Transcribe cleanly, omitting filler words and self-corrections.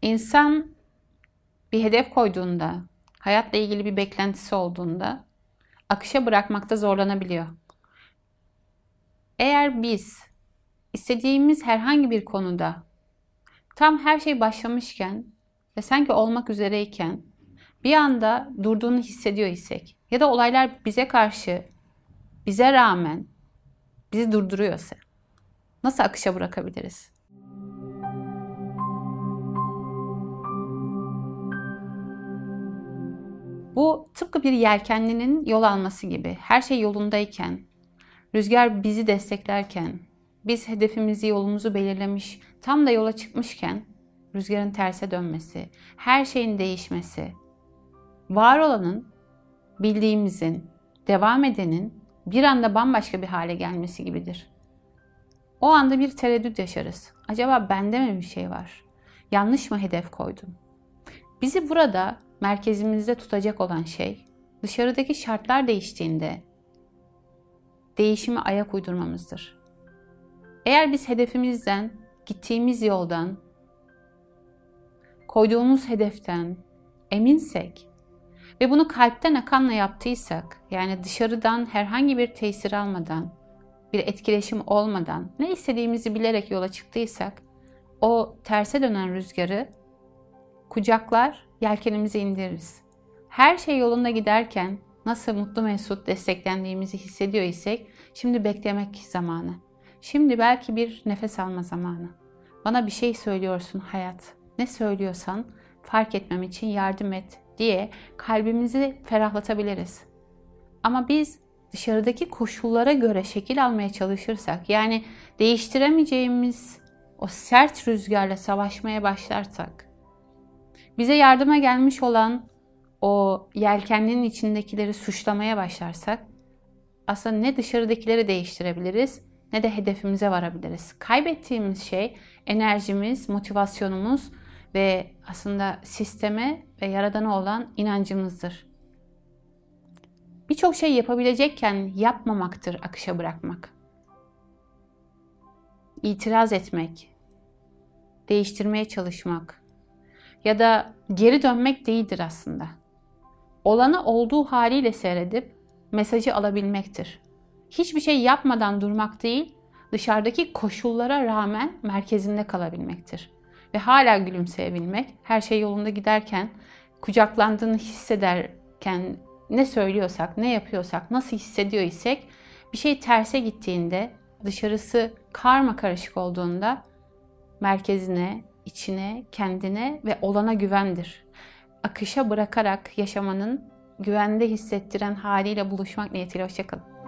İnsan bir hedef koyduğunda, hayatla ilgili bir beklentisi olduğunda akışa bırakmakta zorlanabiliyor. Eğer biz istediğimiz herhangi bir konuda tam her şey başlamışken ve sanki olmak üzereyken bir anda durduğunu hissediyor isek ya da olaylar bize karşı, bize rağmen bizi durduruyorsa nasıl akışa bırakabiliriz? Bu tıpkı bir yelkenlinin yol alması gibi. Her şey yolundayken, rüzgar bizi desteklerken, biz hedefimizi, yolumuzu belirlemiş, tam da yola çıkmışken rüzgarın terse dönmesi, her şeyin değişmesi, var olanın, bildiğimizin, devam edenin bir anda bambaşka bir hale gelmesi gibidir. O anda bir tereddüt yaşarız. Acaba bende mi bir şey var? Yanlış mı hedef koydum? Bizi burada merkezimizde tutacak olan şey, dışarıdaki şartlar değiştiğinde değişime ayak uydurmamızdır. Eğer biz hedefimizden, gittiğimiz yoldan, koyduğumuz hedeften eminsek ve bunu kalpten akanla yaptıysak, yani dışarıdan herhangi bir tesir almadan, bir etkileşim olmadan, ne istediğimizi bilerek yola çıktıysak, o terse dönen rüzgarı kucaklar, yelkenimizi indiririz. Her şey yolunda giderken nasıl mutlu mesut desteklendiğimizi hissediyor isek, şimdi beklemek zamanı. Şimdi belki bir nefes alma zamanı. Bana bir şey söylüyorsun hayat. Ne söylüyorsan fark etmem için yardım et diye kalbimizi ferahlatabiliriz. Ama biz dışarıdaki koşullara göre şekil almaya çalışırsak, yani değiştiremeyeceğimiz o sert rüzgarla savaşmaya başlarsak, bize yardıma gelmiş olan o yelkenlinin içindekileri suçlamaya başlarsak, aslında ne dışarıdakileri değiştirebiliriz ne de hedefimize varabiliriz. Kaybettiğimiz şey enerjimiz, motivasyonumuz ve aslında sisteme ve yaradana olan inancımızdır. Birçok şey yapabilecekken yapmamaktır akışa bırakmak. İtiraz etmek, değiştirmeye çalışmak ya da geri dönmek değildir aslında. Olanı olduğu haliyle seyredip mesajı alabilmektir. Hiçbir şey yapmadan durmak değil, dışarıdaki koşullara rağmen merkezinde kalabilmektir. Ve hala gülümseyebilmek, her şey yolunda giderken, kucaklandığını hissederken ne söylüyorsak, ne yapıyorsak, nasıl hissediyor isek, bir şey terse gittiğinde, dışarısı karmakarışık olduğunda merkezine, içine, kendine ve olana güvendir. Akışa bırakarak yaşamanın güvende hissettiren haliyle buluşmak niyetiyle. Hoşça kalın.